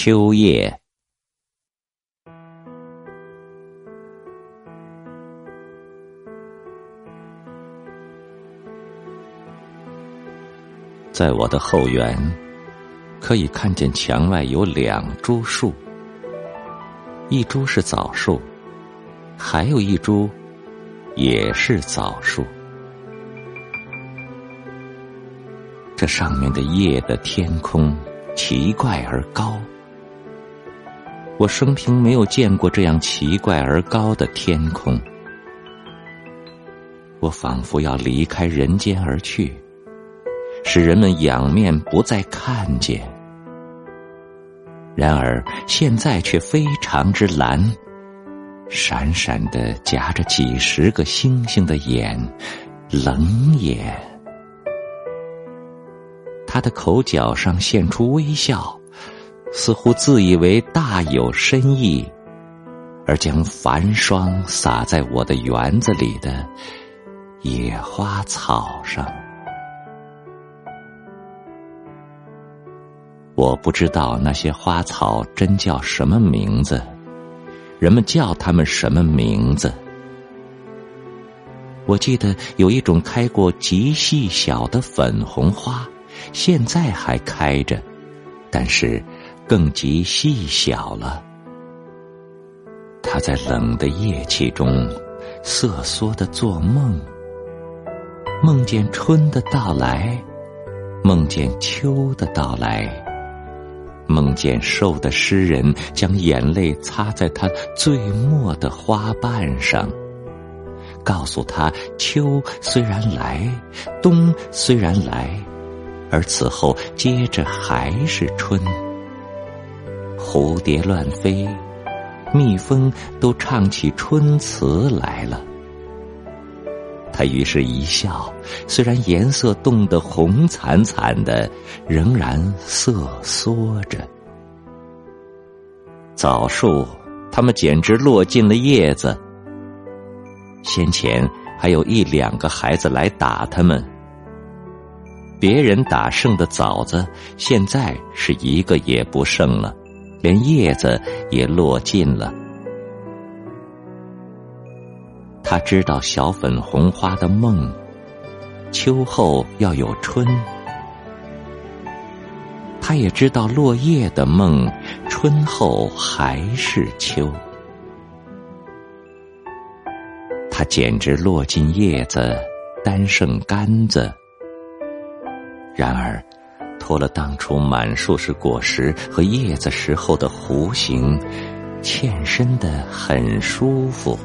秋夜。在我的后园，可以看见墙外有2株树，一株是枣树，还有一株也是枣树。这上面的夜的天空奇怪而高，我生平没有见过这样奇怪而高的天空。我仿佛要离开人间而去，使人们仰面不再看见。然而现在却非常之蓝，闪闪地夹着几10个星星的眼，冷眼。他的口角上现出微笑，似乎自以为大有深意，而将繁霜洒在我的园子里的野花草上。我不知道那些花草真叫什么名字，人们叫它们什么名字。我记得有一种开过极细小的粉红花，现在还开着，但是更极细小了。它在冷的夜气中瑟缩地做梦，梦见春的到来，梦见秋的到来，梦见瘦的诗人将眼泪擦在他最末的花瓣上，告诉他秋虽然来，冬虽然来，而此后接着还是春。蝴蝶乱飞，蜜蜂都唱起春词来了。他于是一笑，虽然颜色冻得红惨惨的，仍然瑟缩着。枣树，它们简直落尽了叶子。先前还有1、2个孩子来打他们，别人打剩的枣子，现在是1个也不剩了，连叶子也落尽了。他知道小粉红花的梦，秋后要有春。他也知道落叶的梦，春后还是秋。他简直落尽叶子，单剩杆子。然而脱了当初满树是果实和叶子时候的弧形，欠身得很舒服。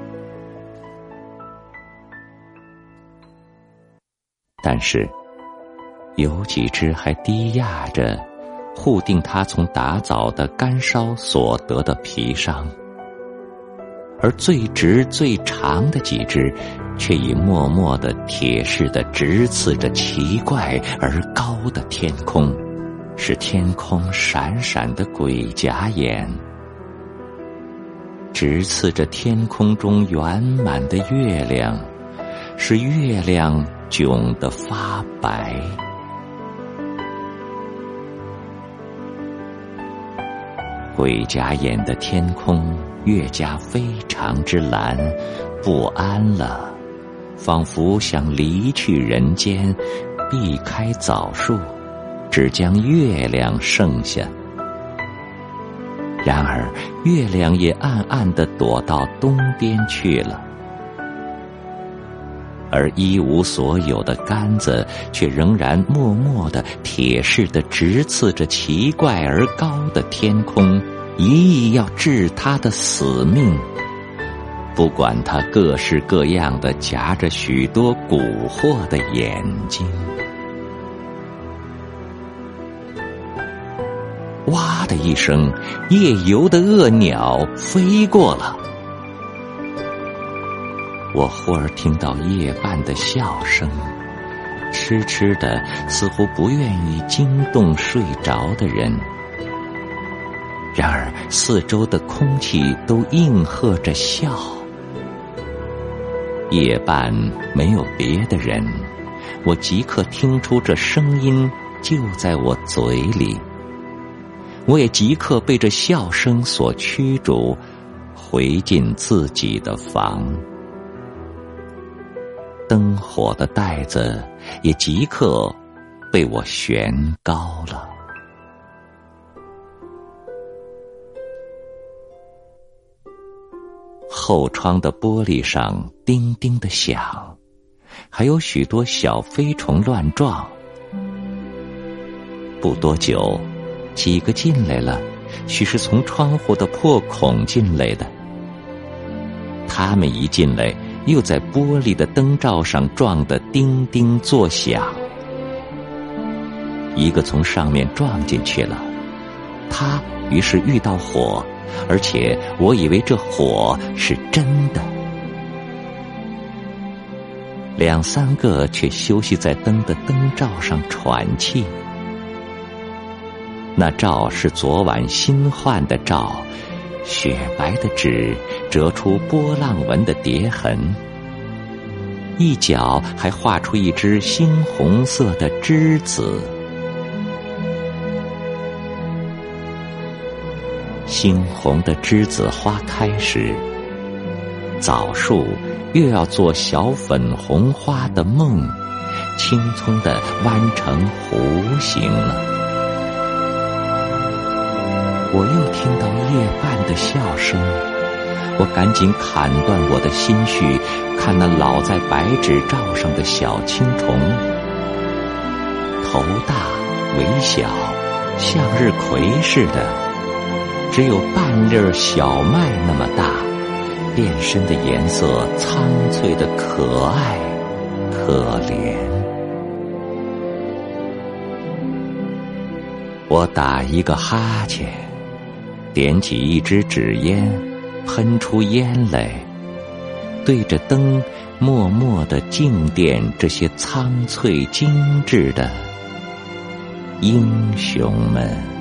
但是有几只还低压着，护定它从打枣的干烧所得的皮伤，而最直最长的几只却已默默地铁似的直刺着奇怪而高的天空，是天空闪闪的鬼假眼，直刺着天空中圆满的月亮，使月亮窘得发白。鬼假眼的天空越加非常之蓝，不安了，仿佛想离去人间，避开枣树，只将月亮剩下。然而月亮也暗暗地躲到东边去了，而一无所有的杆子却仍然默默地铁似的直刺着奇怪而高的天空，一意要治他的死命，不管他各式各样的夹着许多蛊惑的眼睛。哇的一声，夜游的恶鸟飞过了。我忽而听到夜半的笑声，痴痴的，似乎不愿意惊动睡着的人。然而四周的空气都应和着笑。夜半没有别的人，我即刻听出这声音就在我嘴里。 我也即刻被这笑声所驱逐，回进自己的房。灯火的带子也即刻被我悬高了。后窗的玻璃上叮叮地响，还有许多小飞虫乱撞。不多久，几个进来了，许是从窗户的破孔进来的。他们一进来，又在玻璃的灯罩上撞得叮叮作响。一个从上面撞进去了，他于是遇到火，而且我以为这火是真的。两三个却休息在灯的灯罩上喘气。那罩是昨晚新换的罩，雪白的纸折出波浪纹的叠痕，一角还画出一只猩红色的栀子。猩红的栀子花开时，枣树又要做小粉红花的梦，青葱地弯成弧形了。我又听到夜半的笑声，我赶紧砍断我的心绪，看那老在白纸罩上的小青虫，头大微小，向日葵似的，只有半粒小麦那么大，变身的颜色苍翠的可爱可怜。我打一个哈欠，点起一支纸烟，喷出烟来，对着灯默默地静奠这些苍翠精致的英雄们。